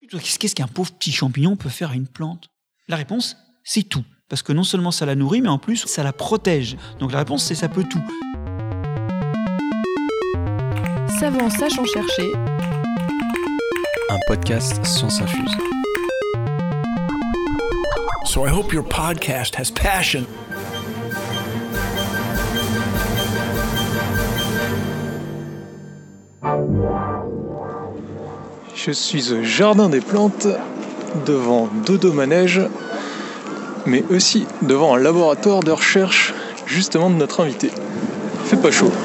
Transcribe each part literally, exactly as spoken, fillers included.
Qu'est-ce qu'un pauvre petit champignon peut faire à une plante? La réponse, c'est tout. Parce que non seulement ça la nourrit, mais en plus, ça la protège. Donc la réponse, c'est ça peut tout. Savants sachant chercher. Un podcast Science Infuse. So I hope your podcast has passion. Je suis au Jardin des Plantes, devant Dodo Manège, mais aussi devant un laboratoire de recherche, justement de notre invité. Il fait pas chaud.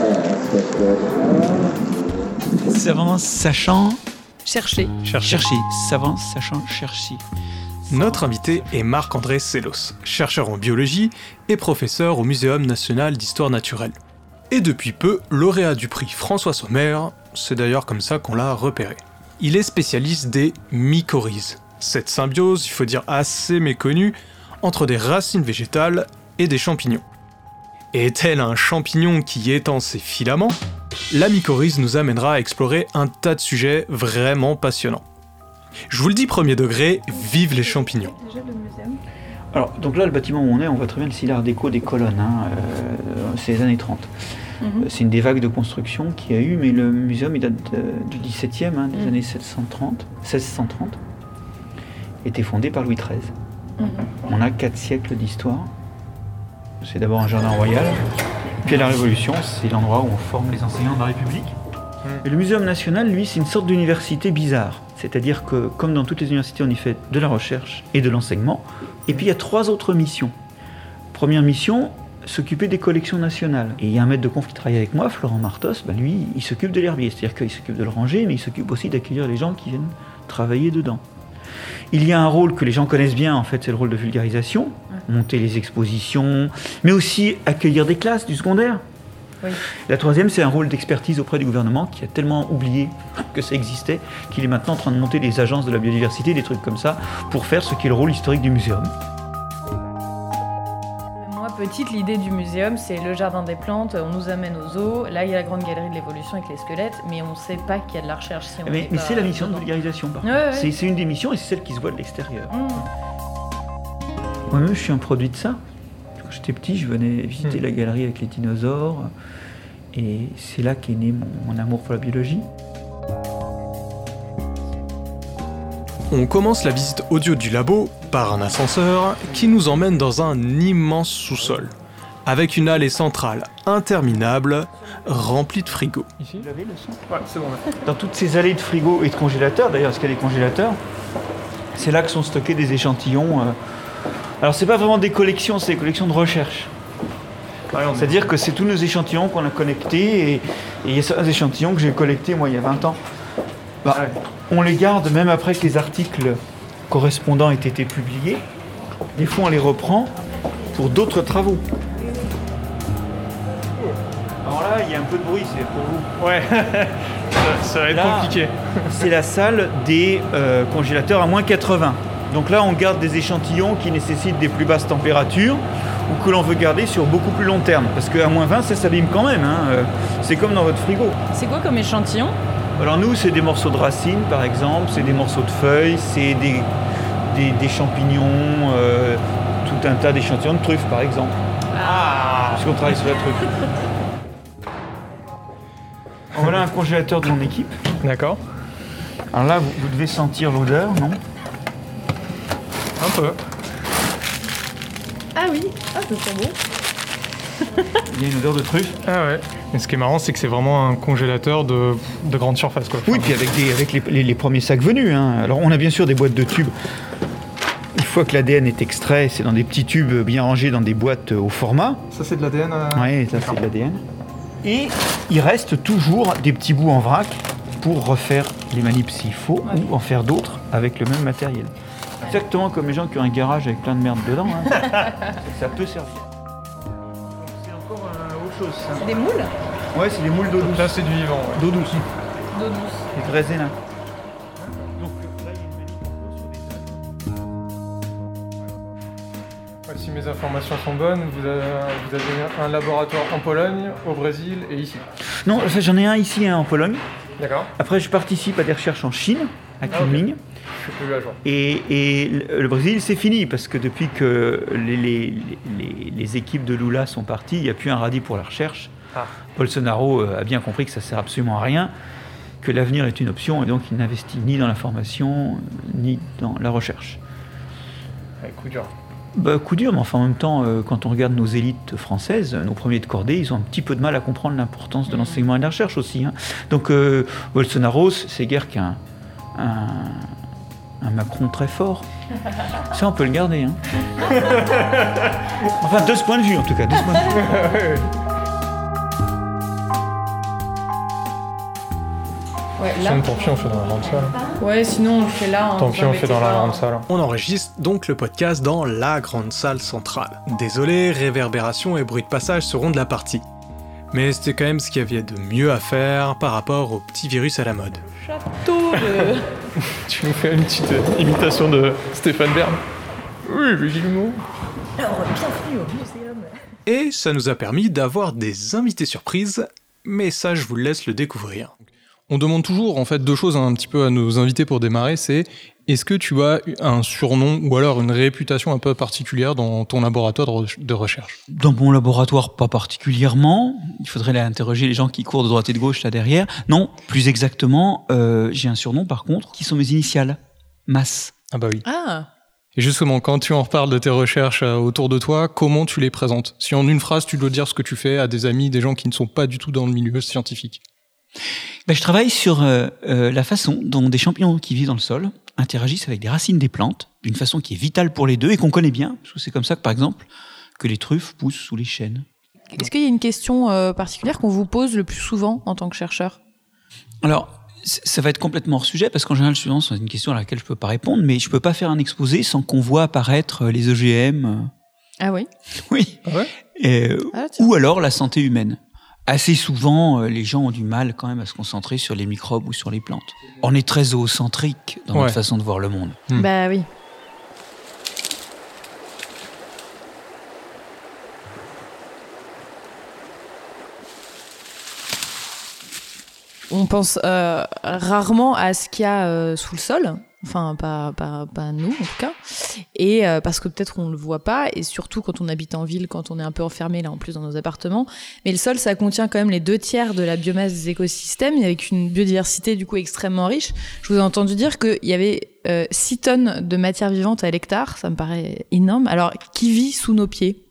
Savants sachant Chercher. Chercher. chercher. Savants sachant chercher. Notre invité est Marc-André Sellos, chercheur en biologie et professeur au Muséum national d'histoire naturelle. Et depuis peu, lauréat du prix François Sommer, c'est d'ailleurs comme ça qu'on l'a repéré. Il est spécialiste des mycorhizes. Cette symbiose, il faut dire assez méconnue, entre des racines végétales et des champignons. Et tel un champignon qui étend ses filaments, la mycorhize nous amènera à explorer un tas de sujets vraiment passionnants. Je vous le dis premier degré, vive les champignons. Alors, donc là, le bâtiment où on est, on voit très bien le ciliare déco des colonnes. Hein, euh, c'est les années trente. Mm-hmm. C'est une des vagues de construction qu'il y a eu, mais le muséum, il date de, du dix-septième, hein, des mm. années sept cent trente, seize cent trente. Était fondé par Louis treize. Mm-hmm. On a quatre siècles d'histoire. C'est d'abord un jardin royal. Puis à la Révolution, c'est l'endroit où on forme les enseignants de la République. Mm. Et le Muséum national, lui, c'est une sorte d'université bizarre. C'est-à-dire que, comme dans toutes les universités, on y fait de la recherche et de l'enseignement. Et puis il y a trois autres missions. Première mission, s'occuper des collections nationales. Et il y a un maître de conf qui travaille avec moi, Florent Martos, ben lui, il s'occupe de l'herbier. C'est-à-dire qu'il s'occupe de le ranger, mais il s'occupe aussi d'accueillir les gens qui viennent travailler dedans. Il y a un rôle que les gens connaissent bien, en fait, c'est le rôle de vulgarisation, monter les expositions, mais aussi accueillir des classes du secondaire. Oui. La troisième, c'est un rôle d'expertise auprès du gouvernement qui a tellement oublié que ça existait qu'il est maintenant en train de monter des agences de la biodiversité, des trucs comme ça, pour faire ce qui est le rôle historique du muséum. Moi, petite, l'idée du muséum, c'est le jardin des plantes, on nous amène aux zoos, là il y a la grande galerie de l'évolution avec les squelettes, mais on ne sait pas qu'il y a de la recherche si on Mais, mais c'est la mission dedans. De vulgarisation, par contre. Ouais, ouais. C'est, c'est une des missions et c'est celle qui se voit de l'extérieur. Mmh. Moi-même, je suis un produit de ça. Quand j'étais petit, je venais visiter mmh. la galerie avec les dinosaures. Et c'est là qu'est né mon, mon amour pour la biologie. On commence la visite audio du labo par un ascenseur qui nous emmène dans un immense sous-sol, avec une allée centrale interminable remplie de frigos. Ici, vous l'avez le son ? Ouais, c'est bon. Ouais. Dans toutes ces allées de frigos et de congélateurs, d'ailleurs, parce qu'il y a des congélateurs, c'est là que sont stockés des échantillons. Euh... Alors, c'est pas vraiment des collections, c'est des collections de recherche. C'est-à-dire que c'est tous nos échantillons qu'on a connectés et il y a certains échantillons que j'ai collectés moi il y a vingt ans. Bah, ouais. On les garde même après que les articles correspondants aient été publiés. Des fois on les reprend pour d'autres travaux. Alors là il y a un peu de bruit, c'est pour vous. Ouais, ça, ça va être là, compliqué. C'est la salle des euh, congélateurs à moins quatre-vingts. Donc là on garde des échantillons qui nécessitent des plus basses températures ou que l'on veut garder sur beaucoup plus long terme. Parce qu'à moins vingt, ça s'abîme quand même. Hein. C'est comme dans votre frigo. C'est quoi comme échantillon ? Alors nous, c'est des morceaux de racines, par exemple, c'est des morceaux de feuilles, c'est des, des, des champignons, euh, tout un tas d'échantillons de truffes, par exemple. Ah, parce qu'on travaille sur la truffe. Voilà un congélateur de mon équipe. D'accord. Alors là, vous, vous devez sentir l'odeur, non ? Un peu. Ah oui, ah, ça sent bon. Il y a une odeur de truffe. Ah ouais. Et ce qui est marrant, c'est que c'est vraiment un congélateur de, de grande surface, quoi. Oui, puis avec, des, avec les, les, les premiers sacs venus. Hein. Alors on a bien sûr des boîtes de tubes. Une fois que l'A D N est extrait, c'est dans des petits tubes bien rangés dans des boîtes au format. Ça c'est de l'A D N euh... Oui, ça c'est de l'A D N. Et il reste toujours des petits bouts en vrac pour refaire les manips s'il faut, ouais. Ou en faire d'autres avec le même matériel. Exactement comme les gens qui ont un garage avec plein de merde dedans. Hein. Ça peut servir. C'est encore euh, autre chose. Ça. C'est des moules ? Ouais, c'est des moules d'eau douce. Là, c'est du vivant. Ouais. D'eau douce. D'eau douce. C'est très zénin. Donc là, il y a une ouais, si mes informations sont bonnes, vous avez, vous avez un laboratoire en Pologne, au Brésil et ici. Non, enfin, j'en ai un ici, hein, en Pologne. D'accord. Après, je participe à des recherches en Chine, à Kunming. Et, et le Brésil, c'est fini, parce que depuis que les, les, les, les équipes de Lula sont parties, il n'y a plus un radis pour la recherche. Ah. Bolsonaro a bien compris que ça ne sert absolument à rien, que l'avenir est une option, et donc il n'investit ni dans la formation, ni dans la recherche. Ouais, coup dur. Bah, coup dur, mais enfin, en même temps, euh, quand on regarde nos élites françaises, nos premiers de cordée, ils ont un petit peu de mal à comprendre l'importance de l'enseignement et de la recherche aussi. Hein. Donc, euh, Bolsonaro, c'est guère qu'un un, un Macron très fort. Ça, on peut le garder. Hein. Enfin, de ce point de vue, en tout cas. De ce point de vue. Ouais, là, tant pis, on fait dans la grande salle. Ouais, sinon on le fait là. Tant pis, on fait dans la grande salle. On enregistre donc le podcast dans la grande salle centrale. Désolé, réverbération et bruit de passage seront de la partie. Mais c'était quand même ce qu'il y avait de mieux à faire par rapport au petit virus à la mode. Château de... Tu nous fais une petite imitation de Stéphane Bern? Oui, évidemment. Alors, bienvenue au muséum. Et ça nous a permis d'avoir des invités surprises, mais ça, je vous laisse le découvrir. On demande toujours en fait deux choses un petit peu à nos invités pour démarrer, c'est est-ce que tu as un surnom ou alors une réputation un peu particulière dans ton laboratoire de recherche? Dans mon laboratoire, pas particulièrement. Il faudrait aller interroger les gens qui courent de droite et de gauche là derrière. Non, plus exactement, euh, j'ai un surnom par contre, qui sont mes initiales. Mass. Ah bah oui. Ah. Et justement, quand tu en reparles de tes recherches autour de toi, comment tu les présentes? Si en une phrase, tu dois dire ce que tu fais à des amis, des gens qui ne sont pas du tout dans le milieu scientifique. Ben, je travaille sur euh, euh, la façon dont des champignons qui vivent dans le sol interagissent avec des racines des plantes, d'une façon qui est vitale pour les deux et qu'on connaît bien, parce que c'est comme ça que, par exemple, que les truffes poussent sous les chênes. Est-ce qu'il y a une question euh, particulière qu'on vous pose le plus souvent en tant que chercheur? Alors, ça va être complètement hors sujet, parce qu'en général, souvent, c'est une question à laquelle je ne peux pas répondre, mais je ne peux pas faire un exposé sans qu'on voit apparaître les O G M. Ah oui? Oui. Ah ouais? Et, ah, ou alors la santé humaine. Assez souvent, les gens ont du mal quand même à se concentrer sur les microbes ou sur les plantes. On est très zoocentrique dans ouais. notre façon de voir le monde. Mmh. Bah oui. On pense euh, rarement à ce qu'il y a euh, sous le sol. Enfin, pas, pas, pas nous, en tout cas. Et euh, parce que peut-être on le voit pas, et surtout quand on habite en ville, quand on est un peu enfermé, là, en plus, dans nos appartements. Mais le sol, ça contient quand même les deux tiers de la biomasse des écosystèmes, avec une biodiversité, du coup, extrêmement riche. Je vous ai entendu dire qu'il y avait euh, six tonnes de matière vivante à l'hectare. Ça me paraît énorme. Alors, qui vit sous nos pieds?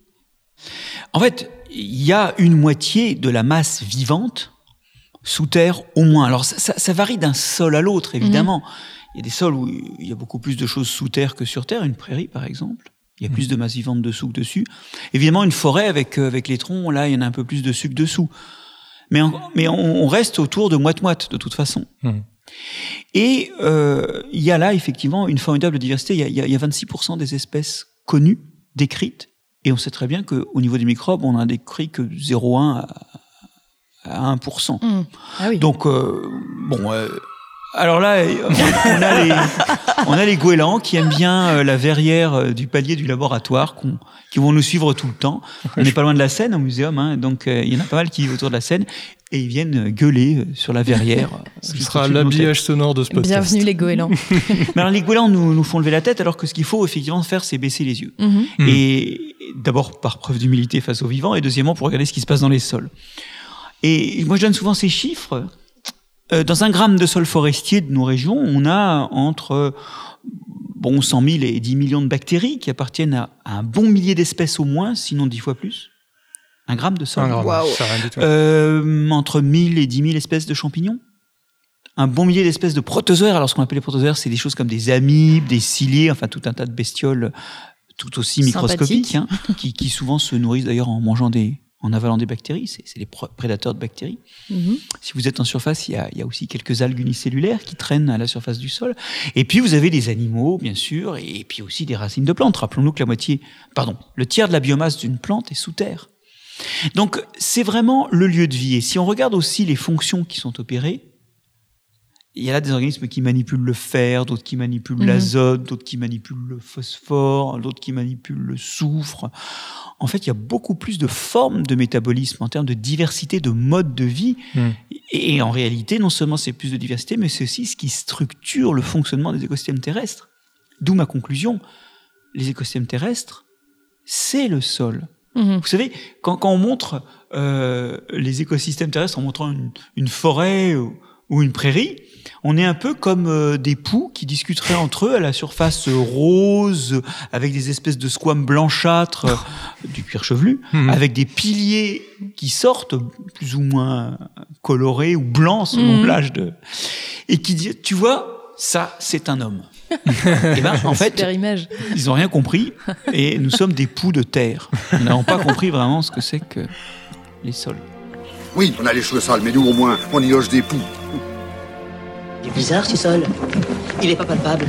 En fait, il y a une moitié de la masse vivante sous terre, au moins. Alors, ça, ça, ça varie d'un sol à l'autre, évidemment. Mmh. Il y a des sols où il y a beaucoup plus de choses sous terre que sur terre, une prairie par exemple. Il y a mmh. plus de masse vivante dessous que dessus. Évidemment, une forêt avec, euh, avec les troncs, là, il y en a un peu plus dessus que dessous. Mais, en, mais on, on reste autour de moite-moite, de toute façon. Mmh. Et euh, il y a là, effectivement, une formidable diversité. Il y a, il y a, il y a vingt-six pour cent des espèces connues, décrites. Et on sait très bien qu'au niveau des microbes, on n'a décrit que zéro virgule un à un pour cent. Mmh. Ah oui. Donc, euh, bon... Euh, Alors là, on a les, on a les goélands qui aiment bien la verrière du palier du laboratoire, qu'on, qui vont nous suivre tout le temps. On n'est pas loin de la Seine, au muséum, hein, donc euh, il y en a pas mal qui vivent autour de la Seine, et ils viennent gueuler sur la verrière. Ce sera l'habillage sonore de ce podcast. Bienvenue les goélands. Mais alors les goélands nous, nous font lever la tête, alors que ce qu'il faut effectivement faire, c'est baisser les yeux. Mm-hmm. Et d'abord par preuve d'humilité face aux vivants, et deuxièmement pour regarder ce qui se passe dans les sols. Et moi je donne souvent ces chiffres. Dans un gramme de sol forestier de nos régions, on a entre bon, cent mille et dix millions de bactéries qui appartiennent à, à un bon millier d'espèces au moins, sinon dix fois plus. Un gramme de sol. Un gramme, wow. Ça rien du tout. Euh, entre mille et dix mille espèces de champignons. Un bon millier d'espèces de protozoaires. Alors ce qu'on appelle les protozoaires, c'est des choses comme des amibes, des ciliés, enfin tout un tas de bestioles tout aussi microscopiques, hein, qui, qui souvent se nourrissent d'ailleurs en mangeant des... en avalant des bactéries, c'est, c'est les prédateurs de bactéries. Mmh. Si vous êtes en surface, il y a, il y a aussi quelques algues unicellulaires qui traînent à la surface du sol. Et puis vous avez des animaux, bien sûr, et puis aussi des racines de plantes. Rappelons-nous que la moitié, pardon, le tiers de la biomasse d'une plante est sous terre. Donc c'est vraiment le lieu de vie. Et si on regarde aussi les fonctions qui sont opérées, il y a là des organismes qui manipulent le fer, d'autres qui manipulent mmh. l'azote, d'autres qui manipulent le phosphore, d'autres qui manipulent le soufre. En fait, il y a beaucoup plus de formes de métabolisme en termes de diversité de modes de vie. Mmh. Et, et en réalité, non seulement c'est plus de diversité, mais c'est aussi ce qui structure le fonctionnement des écosystèmes terrestres. D'où ma conclusion. Les écosystèmes terrestres, c'est le sol. Mmh. Vous savez, quand, quand on montre euh, les écosystèmes terrestres en montrant une, une forêt ou, ou une prairie, on est un peu comme euh, des poux qui discuteraient entre eux à la surface rose, avec des espèces de squames blanchâtres, euh, du cuir chevelu, mmh. avec des piliers qui sortent, plus ou moins colorés ou blancs selon mmh. l'âge de... Et qui disent, tu vois, ça, c'est un homme. Et ben, en fait, image. Ils n'ont rien compris, et nous sommes des poux de terre. Nous n'avons pas compris vraiment ce que c'est que les sols. Oui, on a les cheveux sales, mais nous, au moins, on y loge des poux. Il est bizarre, ce sol. Il est pas palpable.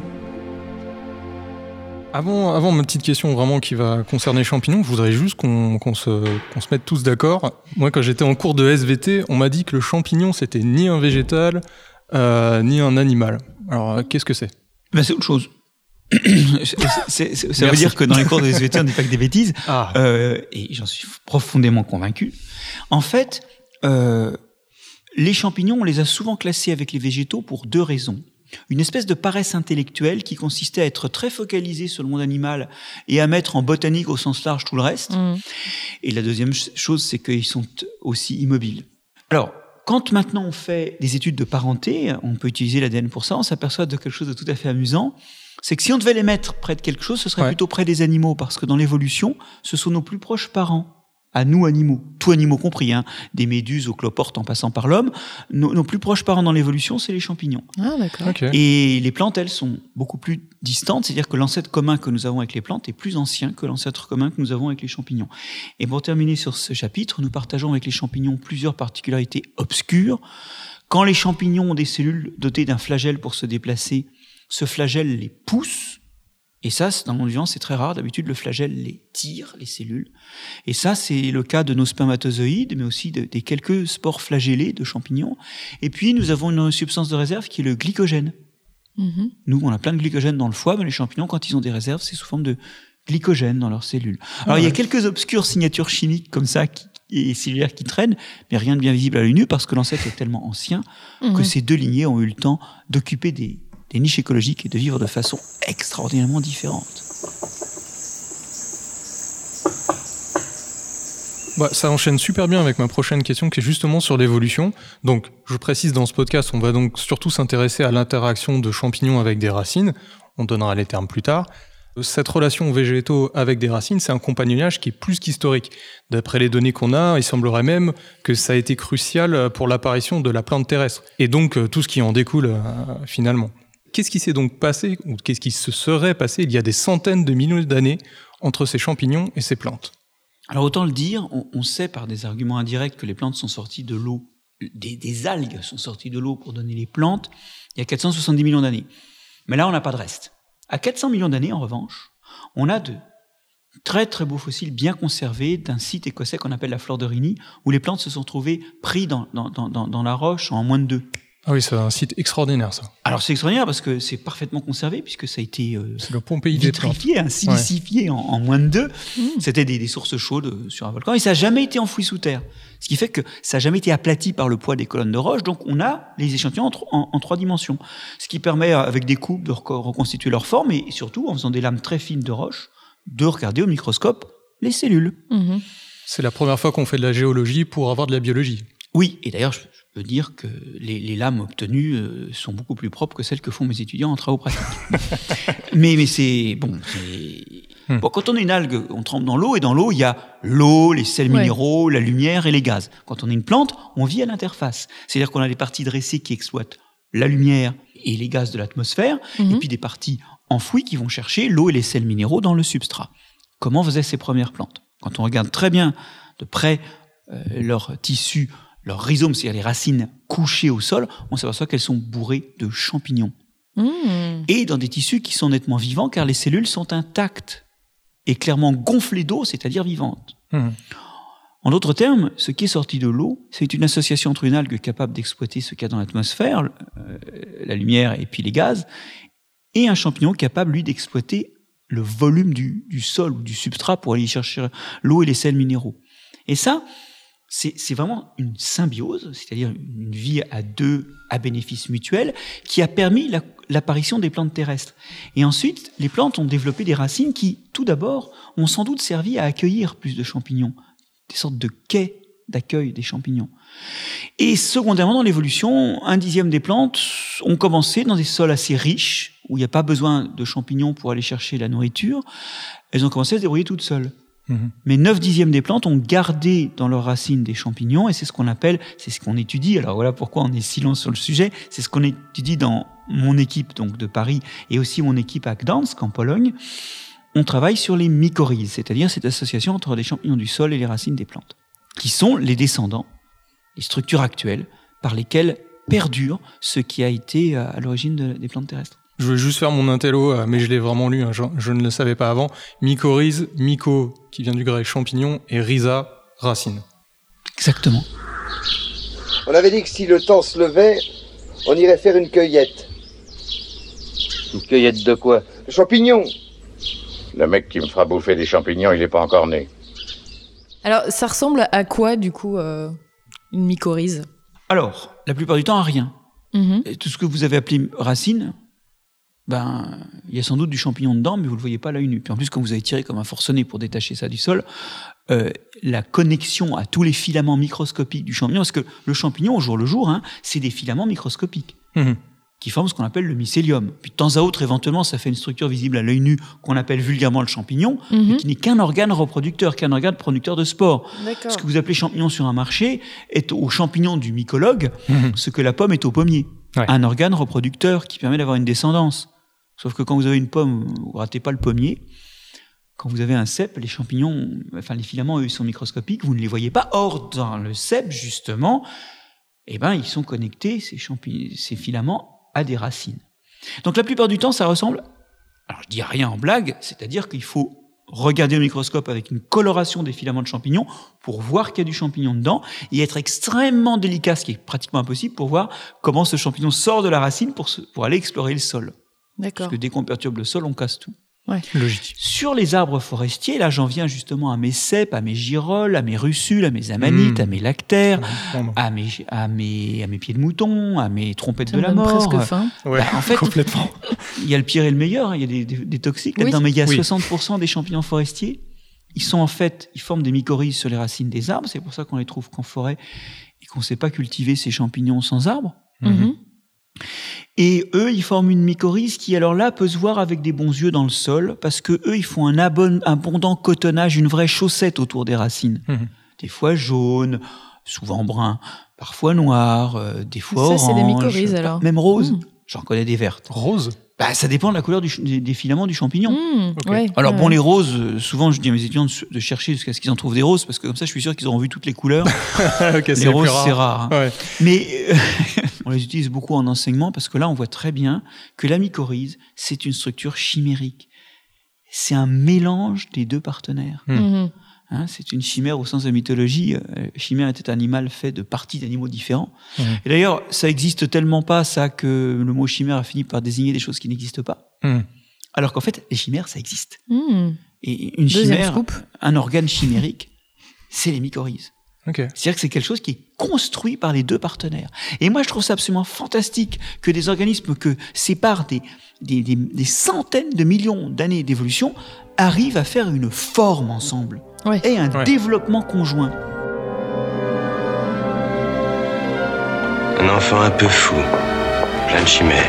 Avant, avant ma petite question vraiment qui va concerner les champignons, je voudrais juste qu'on, qu'on, se, qu'on se mette tous d'accord. Moi, quand j'étais en cours de S V T, on m'a dit que le champignon, c'était ni un végétal, euh, ni un animal. Alors, qu'est-ce que c'est ? Ben, c'est autre chose. c'est, c'est, c'est, ça veut dire que dans les cours de S V T, on ne dit pas que des bêtises. Ah. Euh, et j'en suis profondément convaincu. En fait, euh, les champignons, on les a souvent classés avec les végétaux pour deux raisons. Une espèce de paresse intellectuelle qui consistait à être très focalisé sur le monde animal et à mettre en botanique au sens large tout le reste. Mmh. Et la deuxième chose, c'est qu'ils sont aussi immobiles. Alors, quand maintenant on fait des études de parenté, on peut utiliser l'A D N pour ça, on s'aperçoit de quelque chose de tout à fait amusant. C'est que si on devait les mettre près de quelque chose, ce serait ouais. plutôt près des animaux, parce que dans l'évolution, ce sont nos plus proches parents. À nous animaux, tous animaux compris, hein, des méduses aux cloportes en passant par l'homme, nos, nos plus proches parents dans l'évolution, c'est les champignons. Ah, d'accord. Okay. Et les plantes, elles, sont beaucoup plus distantes, c'est-à-dire que l'ancêtre commun que nous avons avec les plantes est plus ancien que l'ancêtre commun que nous avons avec les champignons. Et pour terminer sur ce chapitre, nous partageons avec les champignons plusieurs particularités obscures. Quand les champignons ont des cellules dotées d'un flagelle pour se déplacer, ce flagelle les pousse. Et ça, dans le monde vivant, c'est très rare. D'habitude, le flagelle les tire, les cellules. Et ça, c'est le cas de nos spermatozoïdes, mais aussi de, des quelques spores flagellés de champignons. Et puis, nous avons une substance de réserve qui est le glycogène. Mm-hmm. Nous, on a plein de glycogène dans le foie, mais les champignons, quand ils ont des réserves, c'est sous forme de glycogène dans leurs cellules. Alors, ouais. il y a quelques obscures signatures chimiques comme ça qui, et cellulaires qui traînent, mais rien de bien visible à l'œil nu, parce que l'ancêtre est tellement ancien mm-hmm. que ces deux lignées ont eu le temps d'occuper des... des niches écologiques et de vivre de façon extraordinairement différente. Bah, ça enchaîne super bien avec ma prochaine question qui est justement sur l'évolution. Donc, je précise dans ce podcast, on va donc surtout s'intéresser à l'interaction de champignons avec des racines. On donnera les termes plus tard. Cette relation végétaux avec des racines, c'est un compagnonnage qui est plus qu'historique. D'après les données qu'on a, il semblerait même que ça a été crucial pour l'apparition de la plante terrestre. Et donc, tout ce qui en découle euh, finalement. Qu'est-ce qui s'est donc passé, ou qu'est-ce qui se serait passé il y a des centaines de millions d'années entre ces champignons et ces plantes ? Alors autant le dire, on, on sait par des arguments indirects que les plantes sont sorties de l'eau, des, des algues sont sorties de l'eau pour donner les plantes il y a quatre cent soixante-dix millions d'années. Mais là, on n'a pas de reste. À quatre cents millions d'années, en revanche, on a de très très beaux fossiles bien conservés d'un site écossais qu'on appelle la Florderini, où les plantes se sont trouvées prises dans, dans, dans, dans la roche en moins de deux. Ah oui, c'est un site extraordinaire, ça. Alors, c'est extraordinaire parce que c'est parfaitement conservé, puisque ça a été euh, c'est le Pompéi vitrifié, hein, silicifié ouais. en, en moins de deux. Mmh. C'était des, des sources chaudes sur un volcan, et ça n'a jamais été enfoui sous terre. Ce qui fait que ça n'a jamais été aplati par le poids des colonnes de roche, donc on a les échantillons en, en, en trois dimensions. Ce qui permet, avec des coupes, de rec- reconstituer leur forme, et surtout, en faisant des lames très fines de roche, de regarder au microscope les cellules. Mmh. C'est la première fois qu'on fait de la géologie pour avoir de la biologie. Oui, et d'ailleurs, je peux dire que les, les lames obtenues euh, sont beaucoup plus propres que celles que font mes étudiants en travaux pratiques. mais, mais c'est... Bon, c'est... Hmm. Bon, quand on est une algue, on trempe dans l'eau, et dans l'eau, il y a l'eau, les sels ouais. minéraux, la lumière et les gaz. Quand on est une plante, on vit à l'interface. C'est-à-dire qu'on a des parties dressées qui exploitent la lumière et les gaz de l'atmosphère, mm-hmm. et puis des parties enfouies qui vont chercher l'eau et les sels minéraux dans le substrat. Comment faisaient ces premières plantes ? Quand on regarde très bien de près euh, leur tissu, leurs rhizomes, c'est-à-dire les racines couchées au sol, on s'aperçoit qu'elles sont bourrées de champignons. Mmh. Et dans des tissus qui sont nettement vivants, car les cellules sont intactes et clairement gonflées d'eau, c'est-à-dire vivantes. Mmh. En d'autres termes, ce qui est sorti de l'eau, c'est une association entre une algue capable d'exploiter ce qu'il y a dans l'atmosphère, euh, la lumière et puis les gaz, et un champignon capable, lui, d'exploiter le volume du, du sol ou du substrat pour aller chercher l'eau et les sels minéraux. Et ça, c'est, c'est vraiment une symbiose, c'est-à-dire une vie à deux à bénéfice mutuel, qui a permis la, l'apparition des plantes terrestres. Et ensuite, les plantes ont développé des racines qui, tout d'abord, ont sans doute servi à accueillir plus de champignons, des sortes de quais d'accueil des champignons. Et secondairement, dans l'évolution, un dixième des plantes ont commencé dans des sols assez riches, où il n'y a pas besoin de champignons pour aller chercher la nourriture. Elles ont commencé à se débrouiller toutes seules. Mmh. Mais neuf dixièmes des plantes ont gardé dans leurs racines des champignons, et c'est ce qu'on appelle, c'est ce qu'on étudie, alors voilà pourquoi on est silent sur le sujet, c'est ce qu'on étudie dans mon équipe donc de Paris, et aussi mon équipe à Gdansk, en Pologne. On travaille sur les mycorhizes, c'est-à-dire cette association entre les champignons du sol et les racines des plantes, qui sont les descendants, les structures actuelles, par lesquelles perdure ce qui a été à l'origine de, des plantes terrestres. Je vais juste faire mon intello, mais je l'ai vraiment lu, hein, je, je ne le savais pas avant. Mycorhize, myco, qui vient du grec champignon, et rhiza, racine. Exactement. On avait dit que si le temps se levait, on irait faire une cueillette. Une cueillette de quoi? De champignons. Le mec qui me fera bouffer des champignons, il n'est pas encore né. Alors, ça ressemble à quoi, du coup, euh, une mycorhize? Alors, la plupart du temps, à rien. Mm-hmm. Et tout ce que vous avez appelé racine, ben, il y a sans doute du champignon dedans, mais vous ne le voyez pas à l'œil nu. Puis en plus, quand vous avez tiré comme un forcené pour détacher ça du sol, euh, la connexion à tous les filaments microscopiques du champignon, parce que le champignon, au jour le jour, hein, c'est des filaments microscopiques mmh. qui forment ce qu'on appelle le mycélium. Puis de temps à autre, éventuellement, ça fait une structure visible à l'œil nu qu'on appelle vulgairement le champignon, mmh. mais qui n'est qu'un organe reproducteur, qu'un organe producteur de spores. D'accord. Ce que vous appelez champignon sur un marché est au champignon du mycologue, mmh. ce que la pomme est au pommier. Ouais. Un organe reproducteur qui permet d'avoir une descendance. Sauf que quand vous avez une pomme, vous ne ratez pas le pommier. Quand vous avez un cep, les champignons, enfin les filaments, eux, ils sont microscopiques, vous ne les voyez pas. Or, dans le cep, justement, eh ben, ils sont connectés, ces, champi- ces filaments, à des racines. Donc la plupart du temps, ça ressemble, alors je dis rien en blague, c'est-à-dire qu'il faut regarder au microscope avec une coloration des filaments de champignons pour voir qu'il y a du champignon dedans et être extrêmement délicat, ce qui est pratiquement impossible, pour voir comment ce champignon sort de la racine pour, se, pour aller explorer le sol. D'accord. Parce que dès qu'on perturbe le sol, on casse tout. Ouais. Logique. Sur les arbres forestiers, là j'en viens justement à mes cèpes, à mes girolles, à mes russules, à mes amanites, mmh. à mes lactaires, mmh. à, mes, à, mes, à mes pieds de mouton, à mes trompettes Ça de la mort. presque faim. Ouais, bah, en fait, complètement. Il y a le pire et le meilleur, il y a des, des, des toxiques là-dedans, oui. mais il y a oui. soixante pour cent des champignons forestiers, ils sont en fait, ils forment des mycorhizes sur les racines des arbres, c'est pour ça qu'on les trouve qu'en forêt et qu'on ne sait pas cultiver ces champignons sans arbres. Mmh. Et eux, ils forment une mycorhize qui, alors là, peut se voir avec des bons yeux dans le sol, parce que eux, ils font un abon- abondant cotonnage, une vraie chaussette autour des racines. Mmh. Des fois jaune, souvent brun, parfois noir, euh, des fois ça, orange. Ça, c'est des mycorhizes, alors. Même rose. Mmh. J'en connais des vertes. Rose? Bah, ça dépend de la couleur du, des, des filaments du champignon. Mmh, okay. ouais, Alors ouais, bon, ouais. les roses, souvent je dis à mes étudiants de, de chercher jusqu'à ce qu'ils en trouvent des roses, parce que comme ça je suis sûr qu'ils auront vu toutes les couleurs. okay, les roses, c'est rare. Hein. Ouais. Mais euh, on les utilise beaucoup en enseignement, parce que là on voit très bien que la mycorhize, c'est une structure chimérique. C'est un mélange des deux partenaires. Mmh. Hein, c'est une chimère au sens de la mythologie. Euh, chimère était un animal fait de parties d'animaux différents. Mmh. Et d'ailleurs, ça existe tellement pas, ça, que le mot chimère a fini par désigner des choses qui n'existent pas. Mmh. Alors qu'en fait, les chimères, ça existe. Mmh. Et une Deuxième chimère, scoop. un organe chimérique, c'est les mycorhizes. Okay. C'est-à-dire que c'est quelque chose qui est construit par les deux partenaires. Et moi, je trouve ça absolument fantastique que des organismes que séparent des, des, des, des centaines de millions d'années d'évolution arrivent à faire une forme ensemble. Ouais. Et un ouais. développement conjoint. Un enfant un peu fou, plein de chimères.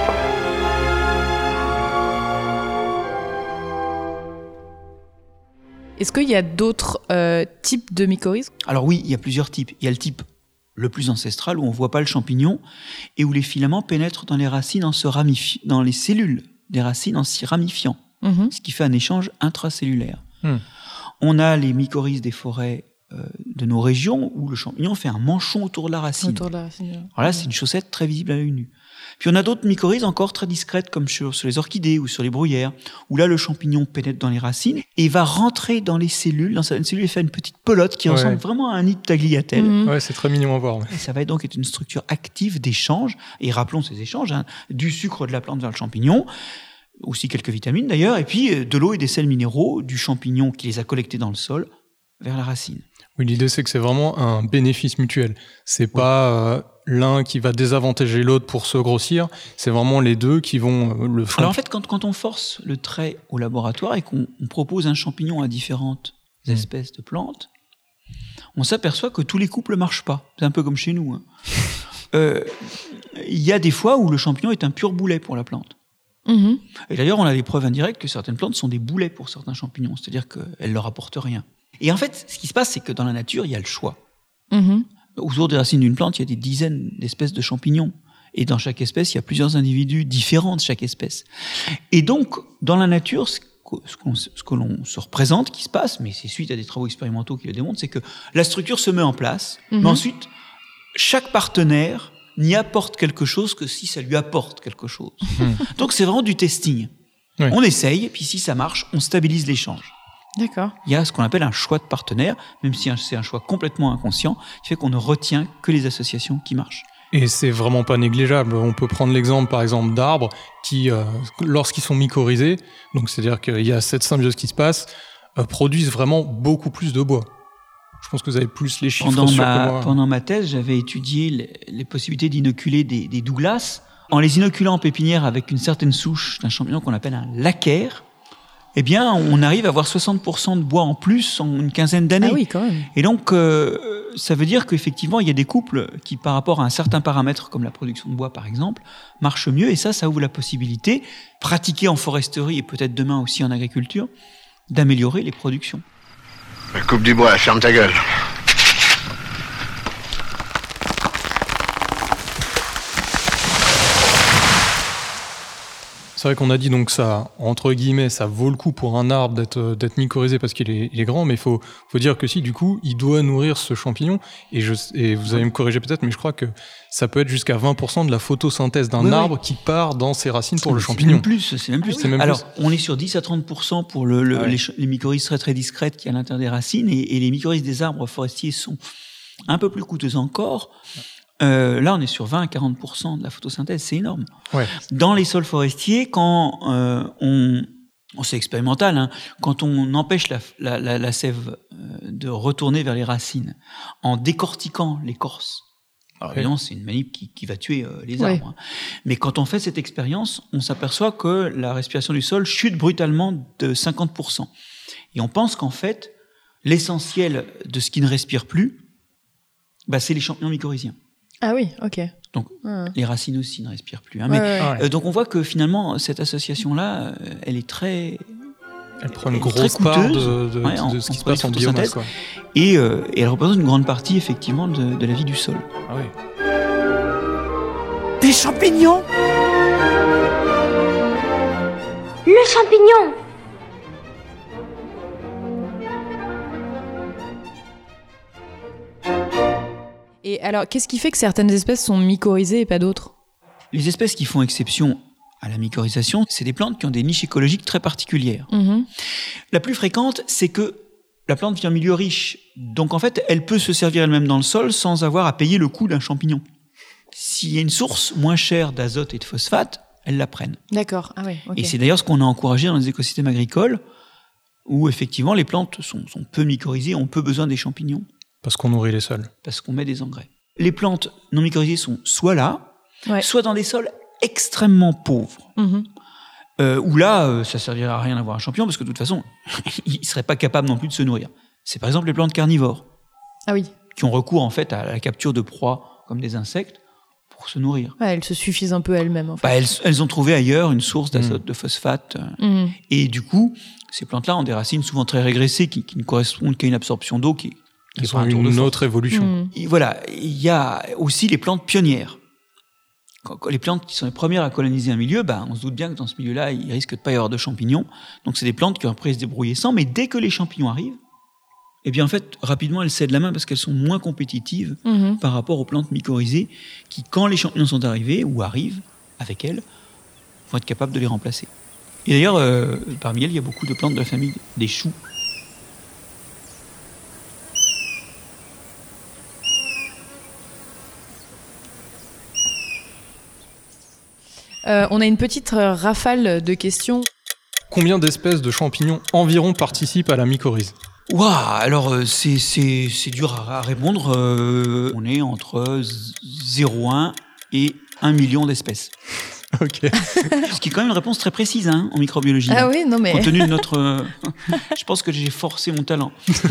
Est-ce qu'il y a d'autres euh, types de mycorhizes? Alors oui, il y a plusieurs types. Il y a le type le plus ancestral, où on ne voit pas le champignon, et où les filaments pénètrent dans les racines en se ramifiant, dans les cellules des racines en s'y ramifiant, mmh. ce qui fait un échange intracellulaire. Mmh. On a les mycorhizes des forêts euh, de nos régions, où le champignon fait un manchon autour de la racine. Autour de la racine. Alors là, c'est une chaussette très visible à l'œil nu. Puis on a d'autres mycorhizes encore très discrètes, comme sur, sur les orchidées ou sur les bruyères, où là le champignon pénètre dans les racines et va rentrer dans les cellules, dans certaines cellules, et faire une petite pelote qui ouais. ressemble vraiment à un nid de tagliatelle. Mmh. Ouais, c'est très mignon à voir. Ouais. Et ça va donc être une structure active d'échange, et rappelons ces échanges, hein, du sucre de la plante vers le champignon, aussi quelques vitamines d'ailleurs, et puis de l'eau et des sels minéraux du champignon qui les a collectés dans le sol vers la racine. Oui, l'idée c'est que c'est vraiment un bénéfice mutuel. C'est oui. pas euh, l'un qui va désavantager l'autre pour se grossir, c'est vraiment les deux qui vont euh, le faire. Alors en fait, quand, quand on force le trait au laboratoire et qu'on on propose un champignon à différentes mmh. espèces de plantes, on s'aperçoit que tous les couples ne marchent pas. C'est un peu comme chez nous. Hein. euh, il y a des fois où le champignon est un pur boulet pour la plante. Mmh. Et d'ailleurs, on a des preuves indirectes que certaines plantes sont des boulets pour certains champignons, c'est-à-dire qu'elles ne leur apportent rien. Et en fait, ce qui se passe, c'est que dans la nature, il y a le choix. Mmh. Autour des racines d'une plante, il y a des dizaines d'espèces de champignons. Et dans chaque espèce, il y a plusieurs individus différents de chaque espèce. Et donc, dans la nature, ce que, ce que l'on se représente, qui se passe, mais c'est suite à des travaux expérimentaux qui le démontrent, c'est que la structure se met en place, mmh. mais ensuite, chaque partenaire n'y apporte quelque chose que si ça lui apporte quelque chose. Mmh. Donc, c'est vraiment du testing. Oui. On essaye, et puis si ça marche, on stabilise l'échange. D'accord. Il y a ce qu'on appelle un choix de partenaire, même si c'est un choix complètement inconscient, qui fait qu'on ne retient que les associations qui marchent. Et c'est vraiment pas négligeable. On peut prendre l'exemple, par exemple, d'arbres qui, euh, lorsqu'ils sont mycorhizés, donc c'est-à-dire qu'il y a cette symbiose qui se passe, euh, produisent vraiment beaucoup plus de bois. Je pense que vous avez plus les chiffres pendant sûrs ma, que moi. Pendant ma thèse, j'avais étudié les, les possibilités d'inoculer des, des Douglas. En les inoculant en pépinière avec une certaine souche d'un champignon qu'on appelle un laquaire, eh bien, on arrive à avoir soixante pour cent de bois en plus en une quinzaine d'années. Ah oui, quand même. Et donc, euh, ça veut dire qu'effectivement, il y a des couples qui, par rapport à un certain paramètre, comme la production de bois, par exemple, marchent mieux. Et ça, ça ouvre la possibilité, pratiquée en foresterie et peut-être demain aussi en agriculture, d'améliorer les productions. Coupe du bois, ferme ta gueule. C'est vrai qu'on a dit donc ça, entre guillemets, ça vaut le coup pour un arbre d'être, d'être mycorhizé parce qu'il est, il est grand, mais il faut, faut dire que si, du coup, il doit nourrir ce champignon, et, je, et vous allez me corriger peut-être, mais je crois que ça peut être jusqu'à vingt pour cent de la photosynthèse d'un oui, arbre oui. qui part dans ses racines pour c'est, le champignon. C'est même plus, c'est même plus. Ah oui. c'est même Alors, plus. on est sur dix à trente pour cent pour le, le, ah ouais. les, les mycorhizes très très discrètes qui est à l'intérieur des racines, et, et les mycorhizes des arbres forestiers sont un peu plus coûteuses encore. Euh, là, on est sur vingt à quarante pour cent de la photosynthèse, c'est énorme. Ouais. Dans les sols forestiers, quand euh, on, on c'est expérimental, hein, quand on empêche la, la, la, la sève euh, de retourner vers les racines en décortiquant l'écorce, alors évidemment, ouais. c'est une manip qui, qui va tuer euh, les arbres. Ouais. Hein. Mais quand on fait cette expérience, on s'aperçoit que la respiration du sol chute brutalement de cinquante pour cent. Et on pense qu'en fait, l'essentiel de ce qui ne respire plus, bah, c'est les champignons mycorhiziens. Ah oui, ok. Donc, ah. les racines aussi ne respirent plus. Hein, ouais, mais, ouais. Euh, donc, on voit que finalement, cette association-là, euh, elle est très. Elle prend une grosse part de, de, ouais, en, de ce qui se passe en biomasse. Quoi. Et, euh, et elle représente une grande partie, effectivement, de, de la vie du sol. Ah oui. Des champignons ? Le champignon ! Et alors, qu'est-ce qui fait que certaines espèces sont mycorhizées et pas d'autres ? Les espèces qui font exception à la mycorhisation, c'est des plantes qui ont des niches écologiques très particulières. Mmh. La plus fréquente, c'est que la plante vit en milieu riche. Donc, en fait, elle peut se servir elle-même dans le sol sans avoir à payer le coût d'un champignon. S'il y a une source moins chère d'azote et de phosphate, elles la prennent. D'accord. Ah ouais, okay. Et c'est d'ailleurs ce qu'on a encouragé dans les écosystèmes agricoles, où effectivement, les plantes sont, sont peu mycorhizées, ont peu besoin des champignons. Parce qu'on nourrit les sols. Parce qu'on met des engrais. Les plantes non mycorhizées sont soit là, ouais. soit dans des sols extrêmement pauvres. Mmh. Euh, où là, euh, ça ne servirait à rien d'avoir un champignon, parce que de toute façon, ils ne seraient pas capables non plus de se nourrir. C'est par exemple les plantes carnivores. Ah oui. Qui ont recours en fait à la capture de proies, comme des insectes, pour se nourrir. Ouais, elles se suffisent un peu elles-mêmes. En fait. Bah, elles, elles ont trouvé ailleurs une source d'azote, mmh. de phosphate. Euh, mmh. Et du coup, ces plantes-là ont des racines souvent très régressées, qui, qui ne correspondent qu'à une absorption d'eau qui Ils ont une autre évolution. Mmh. Et voilà, il y a aussi les plantes pionnières. Quand les plantes qui sont les premières à coloniser un milieu, bah, on se doute bien que dans ce milieu-là, il risque de pas y avoir de champignons. Donc c'est des plantes qui ont appris à se débrouiller sans, mais dès que les champignons arrivent, eh bien en fait, rapidement, elles cèdent la main parce qu'elles sont moins compétitives mmh. par rapport aux plantes mycorhizées qui, quand les champignons sont arrivés ou arrivent, avec elles, vont être capables de les remplacer. Et d'ailleurs, euh, parmi elles, il y a beaucoup de plantes de la famille des choux. Euh, on a une petite rafale de questions. Combien d'espèces de champignons environ participent à la mycorhize ? Waouh, alors euh, c'est, c'est, c'est dur à, à répondre. Euh, on est entre zéro virgule un et un million d'espèces. Ok. Ce qui est quand même une réponse très précise hein, en microbiologie. Ah oui, non mais... Compte tenu de notre... Euh, je pense que j'ai forcé mon talent.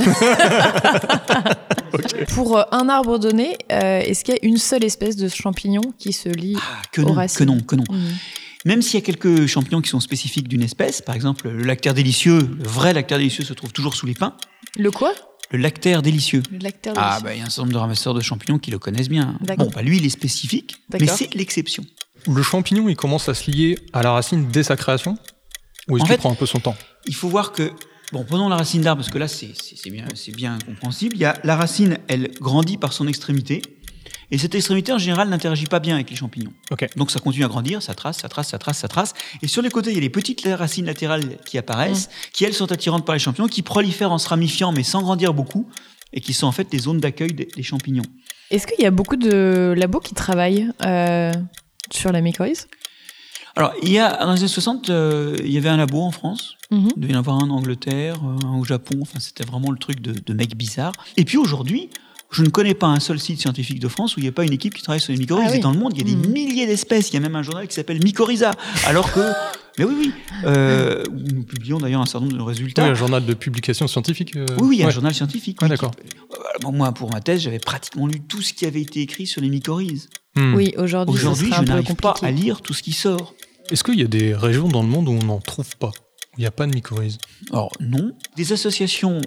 Okay. Pour un arbre donné, euh, est-ce qu'il y a une seule espèce de champignon qui se lie ah, que aux non, racines ? Que non, que non. Mmh. Même s'il y a quelques champignons qui sont spécifiques d'une espèce, par exemple le lactaire délicieux, le vrai lactaire délicieux se trouve toujours sous les pins. Le quoi ? Le lactaire délicieux. Le lactaire délicieux. Ah, bah il y a un certain nombre de ramasseurs de champignons qui le connaissent bien. D'accord. Bon, bah lui, il est spécifique, D'accord. mais c'est l'exception. Le champignon, il commence à se lier à la racine dès sa création ? Ou est-ce En qu'il fait, prend un peu son temps ? Il faut voir que, bon, prenons la racine d'arbre, parce que là, c'est, c'est, c'est, bien, c'est bien compréhensible. Il y a, la racine, elle grandit par son extrémité, et cette extrémité, en général, n'interagit pas bien avec les champignons. Okay. Donc ça continue à grandir, ça trace, ça trace, ça trace, ça trace. Et sur les côtés, il y a les petites racines latérales qui apparaissent, mmh. qui, elles, sont attirantes par les champignons, qui prolifèrent en se ramifiant, mais sans grandir beaucoup, et qui sont en fait des zones d'accueil des, des champignons. Est-ce qu'il y a beaucoup de labos qui travaillent euh, sur la mycorhize ? Alors, il y a, dans les années soixante, euh, il y avait un labo en France. Mm-hmm. Il devait y en avoir un en Angleterre, un au Japon. Enfin, c'était vraiment le truc de, de mecs bizarres. Et puis aujourd'hui, je ne connais pas un seul site scientifique de France où il n'y a pas une équipe qui travaille sur les mycorhizes. Ah oui. Et dans le monde, il y a des mmh. milliers d'espèces. Il y a même un journal qui s'appelle Mycorrhiza. Alors que... Mais oui, oui. Euh, nous publions d'ailleurs un certain nombre de résultats. Oui, un journal de publication scientifique. Euh... Oui, oui, ouais. un journal scientifique. Ah, oui, d'accord. Qui... Bon, moi, pour ma thèse, j'avais pratiquement lu tout ce qui avait été écrit sur les mycorhizes. Mmh. Oui, aujourd'hui, aujourd'hui je n'arrive compliqué. pas à lire tout ce qui sort. Est-ce qu'il y a des régions dans le monde où on n'en trouve pas ? Il n'y a pas de mycorhize ? Alors, non. Des associations...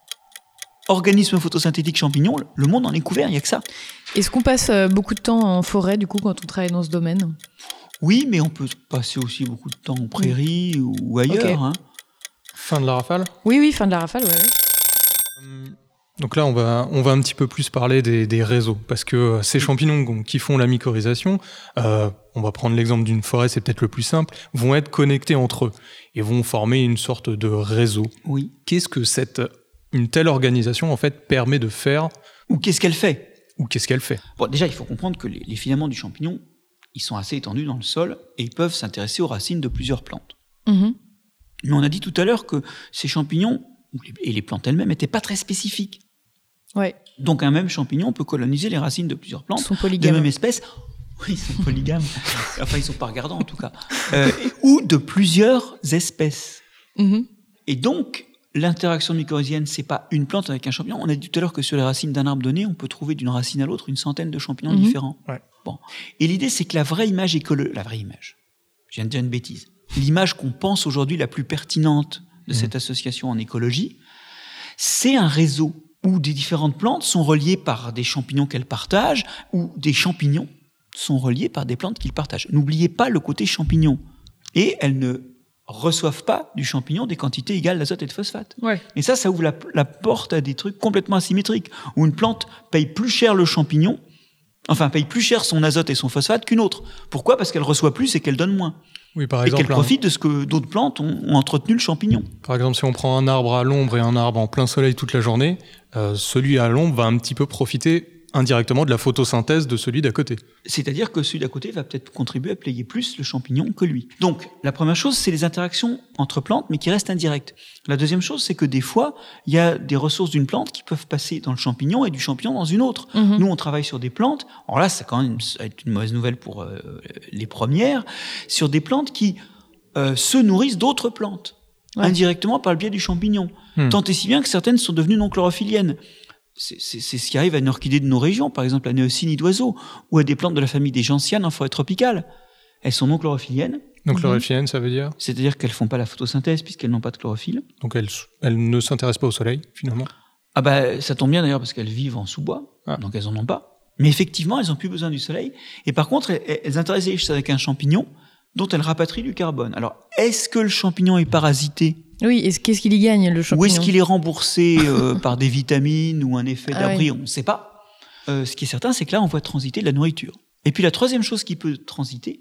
organismes photosynthétiques champignons, le monde en est couvert, il n'y a que ça. Est-ce qu'on passe beaucoup de temps en forêt, du coup, quand on travaille dans ce domaine ? Oui, mais on peut passer aussi beaucoup de temps en prairie mmh. ou ailleurs. Okay. Hein. Fin de la rafale ? Oui, oui, fin de la rafale, oui. Donc là, on va, on va un petit peu plus parler des, des réseaux, parce que ces champignons qui font la mycorhisation, euh, on va prendre l'exemple d'une forêt, c'est peut-être le plus simple, vont être connectés entre eux et vont former une sorte de réseau. Oui. Qu'est-ce que cette... une telle organisation, en fait, permet de faire... Ou qu'est-ce qu'elle fait ? Ou qu'est-ce qu'elle fait ? Bon, déjà, il faut comprendre que les, les filaments du champignon, ils sont assez étendus dans le sol et ils peuvent s'intéresser aux racines de plusieurs plantes. Mmh. Mais on a dit tout à l'heure que ces champignons, et les plantes elles-mêmes, n'étaient pas très spécifiques. Ouais. Donc un même champignon peut coloniser les racines de plusieurs plantes, ils sont polygames. De même espèce. Oui, ils sont polygames. Enfin, ils ne sont pas regardants, en tout cas. Euh, ou de plusieurs espèces. Mmh. Et donc... l'interaction mycorhizienne, c'est pas une plante avec un champignon. On a dit tout à l'heure que sur les racines d'un arbre donné, on peut trouver d'une racine à l'autre une centaine de champignons mmh. différents. Ouais. Bon. Et l'idée, c'est que la vraie image écologique, la vraie image, je viens de dire une bêtise, l'image qu'on pense aujourd'hui la plus pertinente de mmh. cette association en écologie, c'est un réseau où des différentes plantes sont reliées par des champignons qu'elles partagent, ou des champignons sont reliés par des plantes qu'ils partagent. N'oubliez pas le côté champignon. Et elles ne reçoivent pas du champignon des quantités égales d'azote et de phosphate. Ouais. Et ça, ça ouvre la, la porte à des trucs complètement asymétriques, où une plante paye plus cher le champignon, enfin paye plus cher son azote et son phosphate qu'une autre. Pourquoi ? Parce qu'elle reçoit plus et qu'elle donne moins. Oui, par et exemple, qu'elle profite de ce que d'autres plantes ont, ont entretenu le champignon. Par exemple, si on prend un arbre à l'ombre et un arbre en plein soleil toute la journée, euh, celui à l'ombre va un petit peu profiter indirectement de la photosynthèse de celui d'à côté. C'est-à-dire que celui d'à côté va peut-être contribuer à payer plus le champignon que lui. Donc, la première chose, c'est les interactions entre plantes, mais qui restent indirectes. La deuxième chose, c'est que des fois, il y a des ressources d'une plante qui peuvent passer dans le champignon et du champignon dans une autre. Mmh. Nous, on travaille sur des plantes, alors là, ça quand même ça va être une mauvaise nouvelle pour euh, les premières, sur des plantes qui euh, se nourrissent d'autres plantes, ouais. indirectement par le biais du champignon. Mmh. Tant et si bien que certaines sont devenues non chlorophylliennes. C'est, c'est, c'est ce qui arrive à une orchidée de nos régions, par exemple la néocynie d'oiseaux, ou à des plantes de la famille des gentianes en forêt tropicale. Elles sont non chlorophylliennes. Non chlorophylliennes, ça veut dire ? C'est-à-dire qu'elles ne font pas la photosynthèse puisqu'elles n'ont pas de chlorophylle. Donc elles, elles ne s'intéressent pas au soleil, finalement ? Ah bah, ça tombe bien d'ailleurs parce qu'elles vivent en sous-bois, ah. donc elles n'en ont pas. Mais effectivement, elles n'ont plus besoin du soleil. Et par contre, elles, elles interagissent avec un champignon dont elles rapatrient du carbone. Alors, est-ce que le champignon est parasité ? Oui, est-ce, qu'est-ce qu'il y gagne, le champignon ? Ou est-ce qu'il est remboursé euh, par des vitamines ou un effet d'abri ? Ah oui. On ne sait pas. Euh, ce qui est certain, c'est que là, on voit transiter de la nourriture. Et puis la troisième chose qui peut transiter,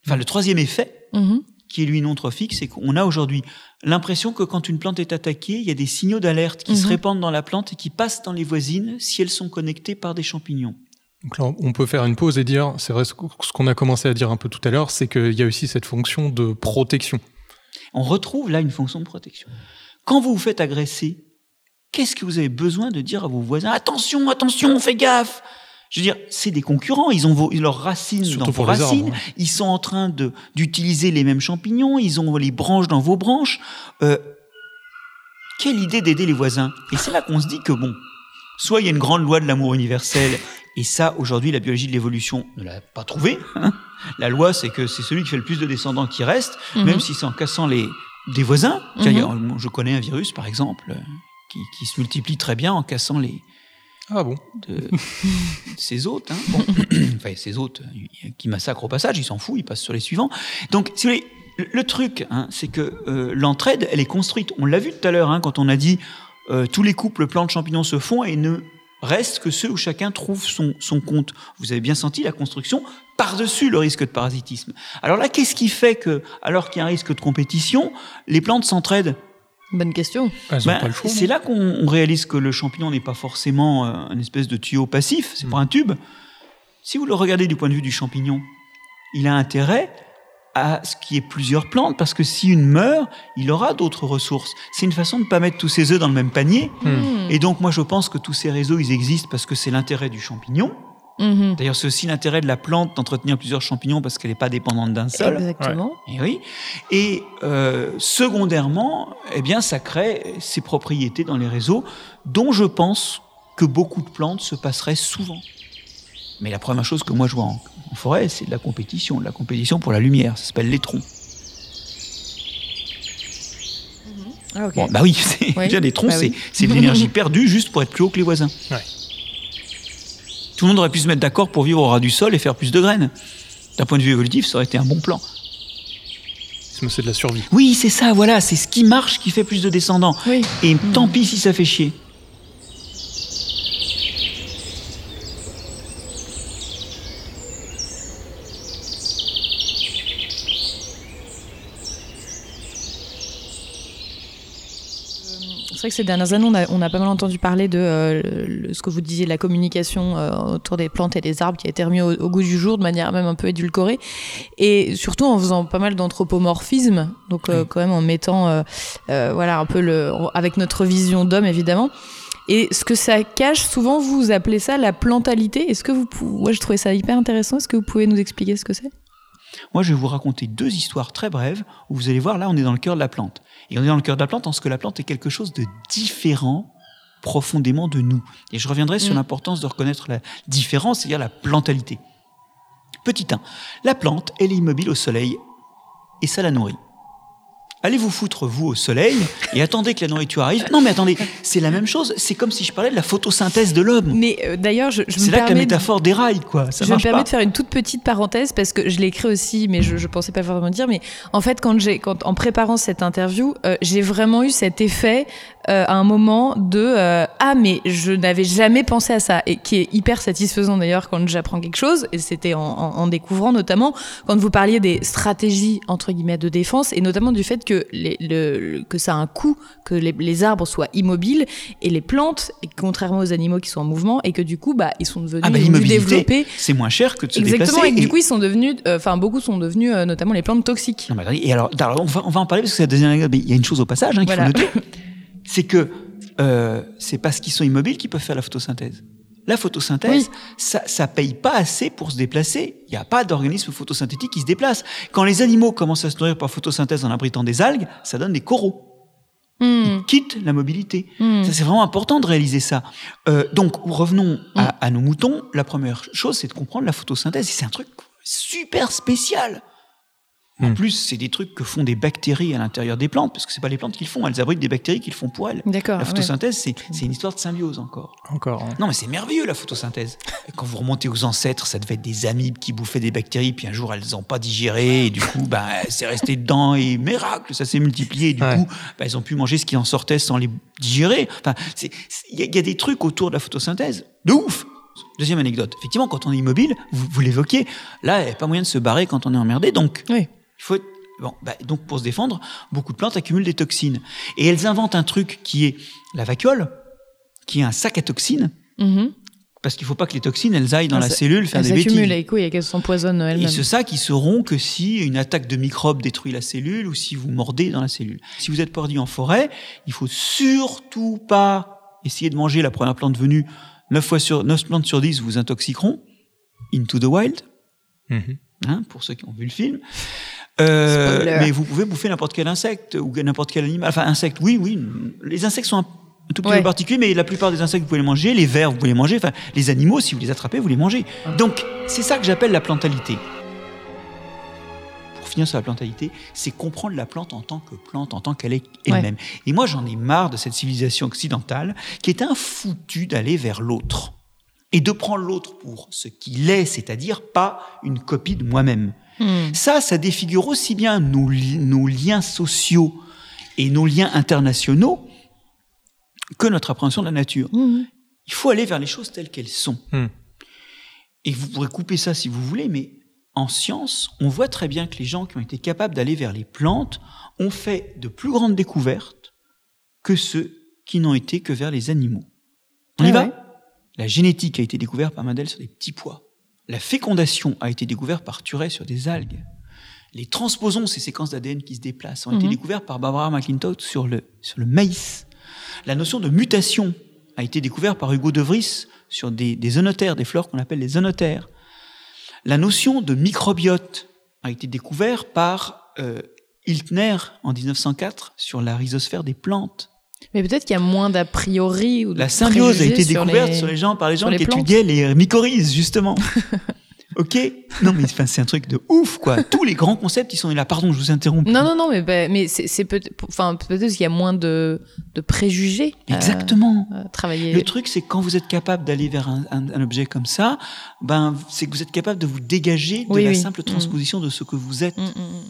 Enfin, le troisième effet, mmh. qui est lui non trophique, c'est qu'on a aujourd'hui l'impression que quand une plante est attaquée, il y a des signaux d'alerte qui mmh. se répandent dans la plante et qui passent dans les voisines si elles sont connectées par des champignons. Donc là, on peut faire une pause et dire, c'est vrai, ce qu'on a commencé à dire un peu tout à l'heure, c'est qu'il y a aussi cette fonction de protection. On retrouve là une fonction de protection. Quand vous vous faites agresser, qu'est-ce que vous avez besoin de dire à vos voisins ? Attention, attention, fais gaffe ! Je veux dire, c'est des concurrents, ils ont vos, leurs racines Surtout dans vos racines, arbres, ouais. Ils sont en train de, d'utiliser les mêmes champignons, ils ont les branches dans vos branches. Euh, quelle idée d'aider les voisins ? Et c'est là qu'on se dit que bon, soit il y a une grande loi de l'amour universel, et ça, aujourd'hui, la biologie de l'évolution ne l'a pas trouvé. Hein. La loi, c'est que c'est celui qui fait le plus de descendants qui reste, mm-hmm. même si c'est en cassant les des voisins. Mm-hmm. Tiens, y a, je connais un virus, par exemple, qui, qui se multiplie très bien en cassant les Ah bon de, de ses hôtes, hein. Bon. Enfin, ses hôtes qui massacrent au passage, ils s'en foutent, ils passent sur les suivants. Donc, si vous voulez, le, le truc, hein, c'est que euh, l'entraide, elle est construite. On l'a vu tout à l'heure, hein, quand on a dit euh, tous les couples plantes champignons se font et ne restent que ceux où chacun trouve son, son compte. Vous avez bien senti la construction par-dessus le risque de parasitisme. Alors là, qu'est-ce qui fait que, alors qu'il y a un risque de compétition, les plantes s'entraident ? Bonne question. Ben, pas le choix, c'est là qu'on réalise que le champignon n'est pas forcément euh, un espèce de tuyau passif, c'est mmh. pas un tube. Si vous le regardez du point de vue du champignon, il a intérêt à ce qu'il y ait plusieurs plantes, parce que si une meurt, il aura d'autres ressources. C'est une façon de ne pas mettre tous ses œufs dans le même panier. Mmh. Et donc moi je pense que tous ces réseaux, ils existent parce que c'est l'intérêt du champignon. Mmh. D'ailleurs, c'est aussi l'intérêt de la plante d'entretenir plusieurs champignons parce qu'elle n'est pas dépendante d'un seul. Exactement. Et oui. Et euh, secondairement, eh bien, ça crée ces propriétés dans les réseaux dont je pense que beaucoup de plantes se passeraient souvent. Mais la première chose que moi je vois en, en forêt, c'est de la compétition, de la compétition pour la lumière. Ça s'appelle l'étron. Ah, okay. Bon, bah oui, c'est, oui. Déjà, l'étron, bah c'est, oui. c'est de l'énergie perdue juste pour être plus haut que les voisins. Ouais. Tout le monde aurait pu se mettre d'accord pour vivre au ras du sol et faire plus de graines. D'un point de vue évolutif, ça aurait été un bon plan. C'est de la survie. Oui, c'est ça, voilà. C'est ce qui marche qui fait plus de descendants. Oui. Et mmh. tant pis si ça fait chier. C'est vrai que ces dernières années, on a, on a pas mal entendu parler de euh, le, ce que vous disiez, la communication euh, autour des plantes et des arbres qui a été remis au, au goût du jour de manière même un peu édulcorée. Et surtout en faisant pas mal d'anthropomorphisme, donc euh, oui. quand même en mettant euh, euh, voilà, un peu le, avec notre vision d'homme évidemment. Et ce que ça cache, souvent vous appelez ça la plantalité. Est-ce que vous pouvez... Moi, je trouvais ça hyper intéressant. Est-ce que vous pouvez nous expliquer ce que c'est ? Moi, je vais vous raconter deux histoires très brèves où vous allez voir, là, on est dans le cœur de la plante. Et on est dans le cœur de la plante parce que la plante est quelque chose de différent profondément de nous. Et je reviendrai mmh. sur l'importance de reconnaître la différence, c'est-à-dire la plantalité. Petit un, la plante, elle est immobile au soleil et ça la nourrit. Allez vous foutre, vous, au soleil, et attendez que la nourriture arrive. Non, mais attendez, c'est la même chose. C'est comme si je parlais de la photosynthèse de l'homme. Mais euh, d'ailleurs, je, je c'est me là permets... que la métaphore déraille, quoi. Ça je me marche permets pas. de faire une toute petite parenthèse, parce que je l'ai écrit aussi, mais je, je pensais pas vraiment dire. Mais en fait, quand j'ai, quand, en préparant cette interview, euh, j'ai vraiment eu cet effet euh, à un moment de euh, « Ah, mais je n'avais jamais pensé à ça », et qui est hyper satisfaisant d'ailleurs quand j'apprends quelque chose, et c'était en, en, en découvrant notamment, quand vous parliez des stratégies, entre guillemets, de défense, et notamment du fait que les, le que ça a un coût, que les, les arbres soient immobiles et les plantes, et contrairement aux animaux qui sont en mouvement, et que du coup, bah, ils sont devenus ah bah, ils ont dû développer. C'est moins cher que de se Exactement, déplacer. Et, et du coup, ils sont devenus, enfin, euh, beaucoup sont devenus, euh, notamment les plantes toxiques. Non, mais, et alors, alors on, va, on va en parler parce que c'est la deuxième anecdote. Il y a une chose au passage hein, qu'il voilà. faut noter, c'est que euh, c'est parce qu'ils sont immobiles qu'ils peuvent faire la photosynthèse. La photosynthèse, oui. ça, ça paye pas assez pour se déplacer. Il n'y a pas d'organisme photosynthétique qui se déplace. Quand les animaux commencent à se nourrir par photosynthèse en abritant des algues, ça donne des coraux. Mmh. Ils quittent la mobilité. Mmh. Ça, c'est vraiment important de réaliser ça. Euh, donc, revenons mmh. à, à nos moutons. La première chose, c'est de comprendre la photosynthèse. Et c'est un truc super spécial. En mmh. plus, c'est des trucs que font des bactéries à l'intérieur des plantes, parce que c'est pas les plantes qui le font, elles abritent des bactéries qui le font pour elles. D'accord, la photosynthèse, ouais. c'est, c'est une histoire de symbiose encore. Encore. Hein. Non, mais c'est merveilleux la photosynthèse. Quand vous remontez aux ancêtres, ça devait être des amibes qui bouffaient des bactéries, puis un jour elles n'ont pas digéré, et du coup, ben, c'est resté dedans, et miracle, ça s'est multiplié, et du ouais. coup, ben, elles ont pu manger ce qui en sortait sans les digérer. Enfin, il y, y a des trucs autour de la photosynthèse de ouf. Deuxième anecdote. Effectivement, quand on est immobile, vous, vous l'évoquiez, là, il n'y a pas moyen de se barrer quand on est emmerdé. Donc, oui. il faut être, bon, bah, donc, pour se défendre, beaucoup de plantes accumulent des toxines. Et elles inventent un truc qui est la vacuole, qui est un sac à toxines. Mm-hmm. Parce qu'il ne faut pas que les toxines, elles aillent dans ah, la cellule faire des bêtises. Elles s'accumulent et oui, qu'elles s'empoisonnent elles-mêmes. Et ce sac, ils sauront que si une attaque de microbes détruit la cellule ou si vous mordez dans la cellule. Si vous êtes perdu en forêt, il ne faut surtout pas essayer de manger la première plante venue. neuf fois sur, neuf plantes sur dix vous intoxiqueront. Into the Wild. Mm-hmm. Hein, pour ceux qui ont vu le film. Euh, mais vous pouvez bouffer n'importe quel insecte ou n'importe quel animal. Enfin, insecte, oui, oui. Les insectes sont un Un tout petit ouais. peu particulier, mais la plupart des insectes, vous pouvez les manger. Les vers, vous pouvez les manger. Enfin, les animaux, si vous les attrapez, vous les mangez. Donc, c'est ça que j'appelle la plantalité. Pour finir sur la plantalité, c'est comprendre la plante en tant que plante, en tant qu'elle est elle-même. Ouais. Et moi, j'en ai marre de cette civilisation occidentale qui est un foutu d'aller vers l'autre. Et de prendre l'autre pour ce qu'il est, c'est-à-dire pas une copie de moi-même. Mmh. Ça, ça défigure aussi bien nos, li- nos liens sociaux et nos liens internationaux que notre appréhension de la nature. Mmh. Il faut aller vers les choses telles qu'elles sont. Mmh. Et vous pourrez couper ça si vous voulez, mais en science, on voit très bien que les gens qui ont été capables d'aller vers les plantes ont fait de plus grandes découvertes que ceux qui n'ont été que vers les animaux. On y ah va ouais. La génétique a été découverte par Mendel sur des petits pois. La fécondation a été découverte par Turret sur des algues. Les transposons, ces séquences d'A D N qui se déplacent, ont mmh. été découvertes par Barbara McClintock sur le, sur le maïs. La notion de mutation a été découverte par Hugo de Vries sur des, des zoonotères, des fleurs qu'on appelle les zoonotères. La notion de microbiote a été découverte par euh, Hiltner en dix-neuf cent quatre sur la rhizosphère des plantes. Mais peut-être qu'il y a moins d'a priori ou de La symbiose a été découverte sur les, sur les gens par les gens les qui plantes. étudiaient les mycorhizes, justement. Ok, non mais enfin, c'est un truc de ouf quoi. Tous les grands concepts ils sont là. Pardon, je vous interromps. Non non non mais bah, mais c'est, c'est peut enfin peut-être qu'il y a moins de de préjugés. Exactement. Euh, travailler. Le truc c'est que quand vous êtes capable d'aller vers un, un, un objet comme ça, ben c'est que vous êtes capable de vous dégager de oui, la oui. simple transposition mmh. de ce que vous êtes. Mmh, mmh.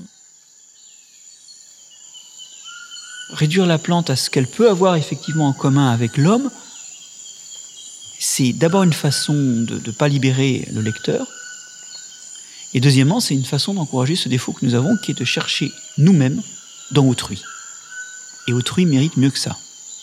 Réduire la plante à ce qu'elle peut avoir effectivement en commun avec l'homme, c'est d'abord une façon de ne pas libérer le lecteur. Et deuxièmement, c'est une façon d'encourager ce défaut que nous avons, qui est de chercher nous-mêmes dans autrui. Et autrui mérite mieux que ça.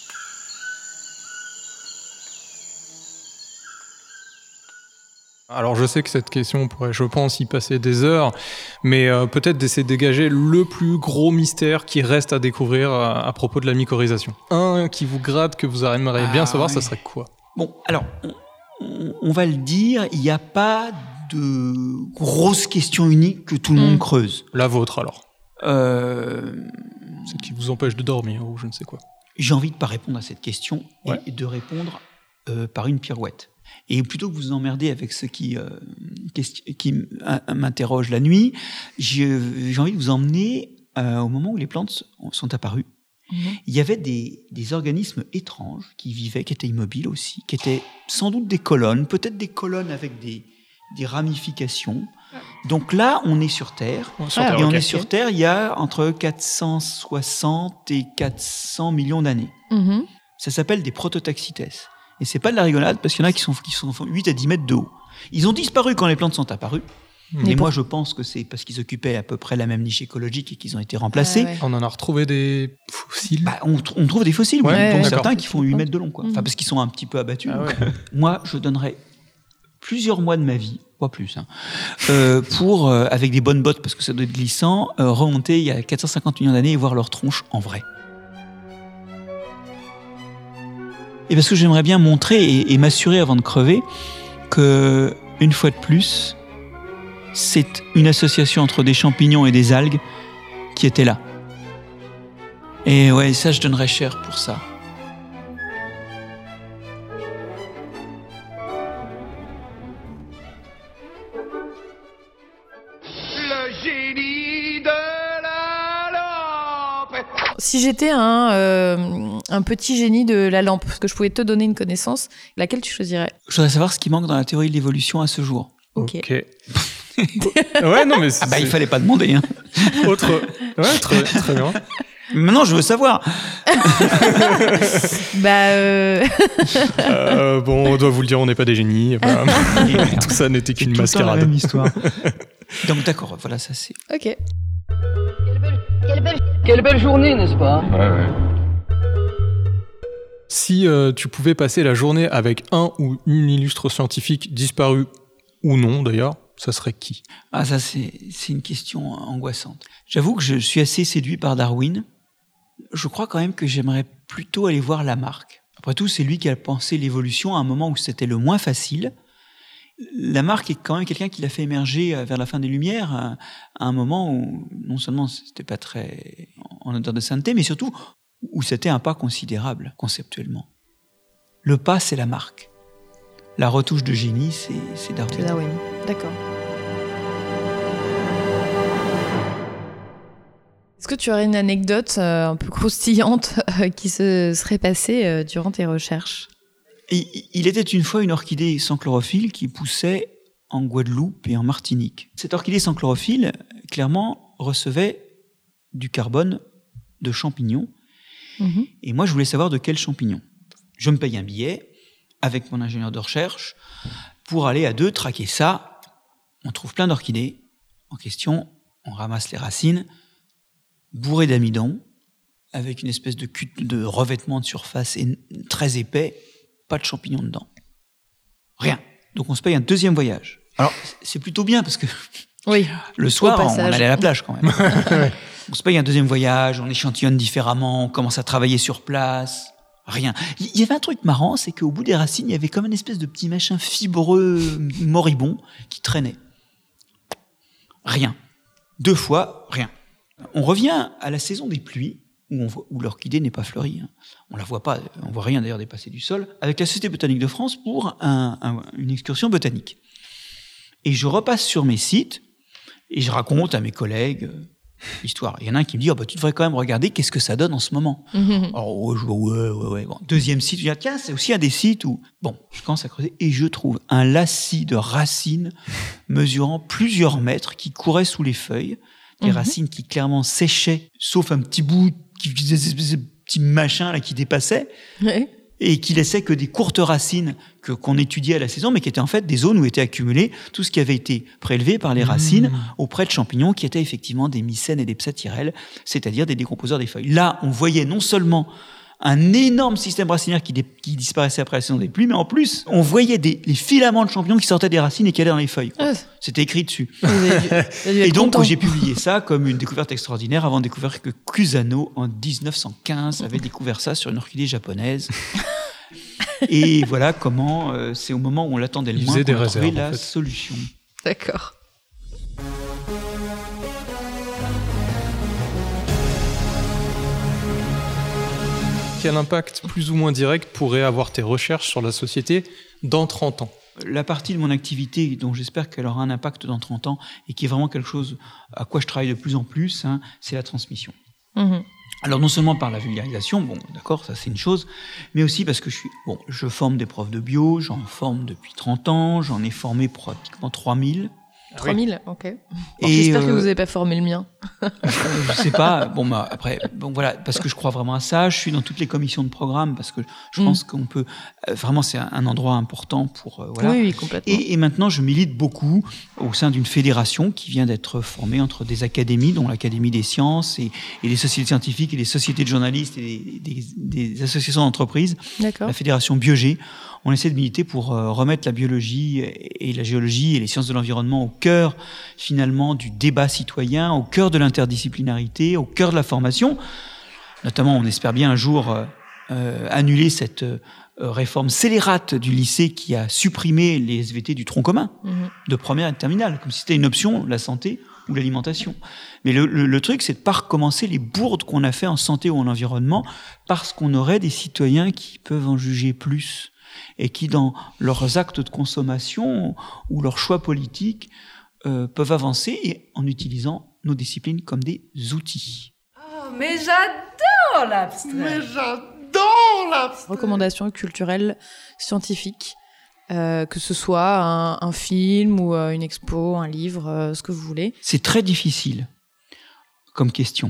Alors je sais que cette question, on pourrait, je pense, y passer des heures, mais euh, peut-être d'essayer de dégager le plus gros mystère qui reste à découvrir à, à propos de la mycorhisation. Un qui vous gratte, que vous aimeriez bien ah, savoir, oui. ça serait quoi ? Bon, alors, on, on va le dire, il n'y a pas de grosses questions uniques que tout le mmh. monde creuse. La vôtre, alors euh... Ce qui vous empêche de dormir, ou je ne sais quoi. J'ai envie de ne pas répondre à cette question, ouais. et de répondre euh, par une pirouette. Et plutôt que vous vous emmerder avec ce qui, euh, qui m'interroge la nuit, j'ai, j'ai envie de vous emmener euh, au moment où les plantes sont apparues. Mmh. Il y avait des, des organismes étranges qui vivaient, qui étaient immobiles aussi, qui étaient sans doute des colonnes, peut-être des colonnes avec des, des ramifications. Donc là, on est sur Terre. On ah, et on okay. est sur Terre il y a entre quatre cent soixante et quatre cents millions d'années. Mmh. Ça s'appelle des prototaxites. Et c'est pas de la rigolade, parce qu'il y en a qui sont, qui sont huit à dix mètres de haut. Ils ont disparu quand les plantes sont apparues. Mmh. Et moi, je pense que c'est parce qu'ils occupaient à peu près la même niche écologique et qu'ils ont été remplacés. Ah ouais. On en a retrouvé des fossiles. Bah, on, on trouve des fossiles, ouais, dont certains qui font huit mètres de long, quoi. Mmh. Enfin, parce qu'ils sont un petit peu abattus. Ah ouais. Moi, je donnerais plusieurs mois de ma vie, pas plus, hein, euh, pour, euh, avec des bonnes bottes, parce que ça doit être glissant, euh, remonter il y a quatre cent cinquante millions d'années et voir leur tronche en vrai. Et parce que j'aimerais bien montrer et, et m'assurer avant de crever que, une fois de plus, c'est une association entre des champignons et des algues qui était là. Et ouais, ça, je donnerais cher pour ça. Si j'étais un, euh, un petit génie de la lampe, parce que je pouvais te donner une connaissance, laquelle tu choisirais ? Je voudrais savoir ce qui manque dans la théorie de l'évolution à ce jour. Ok. okay. ouais, non, mais c'est, ah bah, il fallait pas demander. Hein. Autre. Ouais, très, très bien. Maintenant, je veux savoir. bah. Euh... euh, bon, on doit vous le dire, on n'est pas des génies. Bah, tout ça n'était qu'une mascarade. C'est la même histoire. Donc, d'accord, voilà, ça c'est. Ok. Quelle belle, quelle belle, quelle belle journée, n'est-ce pas? Ouais, ouais. Si euh, tu pouvais passer la journée avec un ou une illustre scientifique disparu ou non, d'ailleurs, ça serait qui? Ah, ça, c'est, c'est une question angoissante. J'avoue que je suis assez séduit par Darwin. Je crois quand même que j'aimerais plutôt aller voir Lamarck. Après tout, c'est lui qui a pensé l'évolution à un moment où c'était le moins facile. Lamarck est quand même quelqu'un qui l'a fait émerger vers la fin des Lumières, à un moment où non seulement c'était pas très en odeur de sainteté, mais surtout où c'était un pas considérable conceptuellement. Le pas, c'est Lamarck. La retouche de génie, c'est, c'est Darwin. C'est Darwin, d'accord. Est-ce que tu aurais une anecdote euh, un peu croustillante euh, qui se serait passée euh, durant tes recherches? Et, il était une fois une orchidée sans chlorophylle qui poussait en Guadeloupe et en Martinique. Cette orchidée sans chlorophylle, clairement, recevait du carbone de champignons. Mmh. Et moi, je voulais savoir de quels champignons. Je me paye un billet avec mon ingénieur de recherche pour aller à deux traquer ça. On trouve plein d'orchidées en question, on ramasse les racines, bourrées d'amidon, avec une espèce de, cut- de revêtement de surface et très épais, pas de champignons dedans. Rien. Donc on se paye un deuxième voyage. Alors c'est plutôt bien parce que oui, le soir, on allait à la plage quand même. On se paye un deuxième voyage, on échantillonne différemment, on commence à travailler sur place. Rien. Il y avait un truc marrant, c'est qu'au bout des racines, il y avait comme une espèce de petit machin fibreux, moribond, qui traînait. Rien. Deux fois, rien. On revient à la saison des pluies, où, on voit, où l'orchidée n'est pas fleurie. Hein. On la voit pas, on voit rien d'ailleurs dépasser du sol, avec la Société botanique de France pour un, un, une excursion botanique. Et je repasse sur mes sites, et je raconte à mes collègues euh, l'histoire. Il y en a un qui me dit, oh, bah, tu devrais quand même regarder qu'est-ce que ça donne en ce moment. Mmh. Alors, ouais, je vois, ouais, ouais, ouais. Bon. Deuxième site, je dis, tiens, c'est aussi un des sites où, bon, je commence à creuser, et je trouve un lacis de racines mesurant plusieurs mètres qui couraient sous les feuilles. Des mmh. racines qui clairement séchaient, sauf un petit bout, qui faisait des petits machins là qui dépassaient, ouais. et qui laissaient que des courtes racines que, qu'on étudiait à la saison, mais qui étaient en fait des zones où était accumulé tout ce qui avait été prélevé par les racines mmh. auprès de champignons qui étaient effectivement des mycènes et des psatyrelles, c'est-à-dire des décomposeurs des feuilles. Là, on voyait non seulement un énorme système racinaire qui, dé- qui disparaissait après la saison des pluies, mais en plus, on voyait des, les filaments de champignons qui sortaient des racines et qui allaient dans les feuilles. Euh. C'était écrit dessus. Et donc, content. J'ai publié ça comme une découverte extraordinaire avant de découvrir que Cusano, en dix-neuf cent quinze, avait découvert ça sur une orchidée japonaise. Et voilà comment, euh, c'est au moment où on l'attendait le moins qu'on a trouvé la en fait. solution. D'accord. Quel impact plus ou moins direct pourraient avoir tes recherches sur la société dans trente ans? La partie de mon activité dont j'espère qu'elle aura un impact dans trente ans et qui est vraiment quelque chose à quoi je travaille de plus en plus, hein, c'est la transmission. Mmh. Alors non seulement par la vulgarisation, bon d'accord, ça c'est une chose, mais aussi parce que je suis, bon, je forme des profs de bio, j'en forme depuis trente ans, j'en ai formé pratiquement trois mille. trois mille, ok. Alors, j'espère euh, que vous n'avez pas formé le mien. Je sais pas. Bon, bah, après, bon, voilà, parce que je crois vraiment à ça. Je suis dans toutes les commissions de programme parce que je mmh. pense qu'on peut. Euh, vraiment, c'est un, un endroit important pour. Euh, voilà. Oui, oui, complètement. Et, et maintenant, je milite beaucoup au sein d'une fédération qui vient d'être formée entre des académies, dont l'Académie des sciences et, et les sociétés scientifiques et les sociétés de journalistes et des, des, des associations d'entreprises. D'accord. La fédération Biogé. On essaie de militer pour euh, remettre la biologie et la géologie et les sciences de l'environnement au cœur, finalement, du débat citoyen, au cœur de l'interdisciplinarité, au cœur de la formation. Notamment, on espère bien un jour euh, euh, annuler cette euh, réforme scélérate du lycée qui a supprimé les S V T du tronc commun, mmh. de première et de terminale, comme si c'était une option, la santé ou l'alimentation. Mais le, le, le truc, c'est de ne pas recommencer les bourdes qu'on a fait en santé ou en environnement, parce qu'on aurait des citoyens qui peuvent en juger plus et qui, dans leurs actes de consommation ou leurs choix politiques, euh, peuvent avancer et en utilisant nos disciplines comme des outils. Oh, mais j'adore l'abstrait. Mais j'adore l'abstrait. Recommandations culturelles, scientifiques, euh, que ce soit un, un film ou euh, une expo, un livre, euh, ce que vous voulez. C'est très difficile comme question.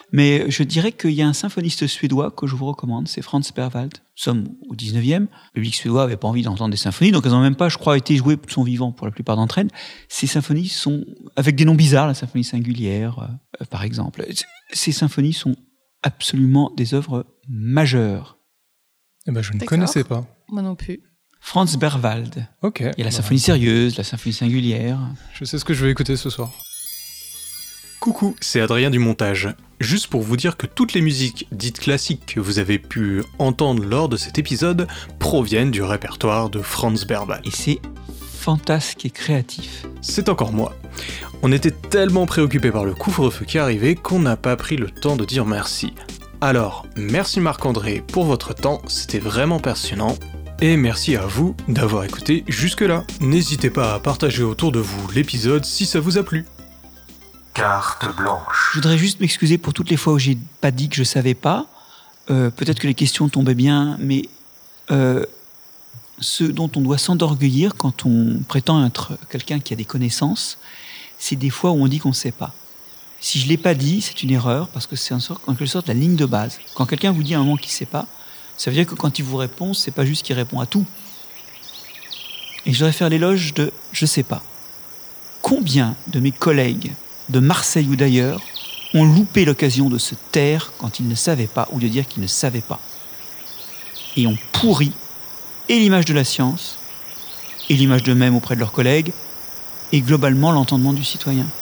Mais je dirais qu'il y a un symphoniste suédois que je vous recommande, c'est Franz Berwald. Nous sommes au dix-neuvième. Le public suédois n'avait pas envie d'entendre des symphonies, donc elles n'ont même pas, je crois, été jouées de son vivant pour la plupart d'entre elles. Ces symphonies sont avec des noms bizarres, la symphonie singulière, euh, par exemple. Ces symphonies sont absolument des œuvres majeures. Eh ben, je ne D'accord. connaissais pas. Moi non plus. Franz Berwald. Ok. Il y a la bah, symphonie sérieuse, la symphonie singulière. Je sais ce que je vais écouter ce soir. Coucou, c'est Adrien du montage. Juste pour vous dire que toutes les musiques dites classiques que vous avez pu entendre lors de cet épisode proviennent du répertoire de Franz Berwald. Et c'est fantasque et créatif. C'est encore moi. On était tellement préoccupés par le couvre-feu qui arrivait qu'on n'a pas pris le temps de dire merci. Alors, merci Marc-André pour votre temps, c'était vraiment passionnant. Et merci à vous d'avoir écouté jusque-là. N'hésitez pas à partager autour de vous l'épisode si ça vous a plu. Carte blanche. Je voudrais juste m'excuser pour toutes les fois où j'ai pas dit que je savais pas. Euh, peut-être que les questions tombaient bien, mais euh, ce dont on doit s'enorgueillir quand on prétend être quelqu'un qui a des connaissances, c'est des fois où on dit qu'on ne sait pas. Si je l'ai pas dit, c'est une erreur, parce que c'est en quelque sorte la ligne de base. Quand quelqu'un vous dit à un moment qu'il ne sait pas, ça veut dire que quand il vous répond, c'est pas juste qu'il répond à tout. Et je voudrais faire l'éloge de « je sais pas ». Combien de mes collègues de Marseille ou d'ailleurs ont loupé l'occasion de se taire quand ils ne savaient pas ou de dire qu'ils ne savaient pas. Et ont pourri et l'image de la science, et l'image d'eux-mêmes auprès de leurs collègues, et globalement l'entendement du citoyen.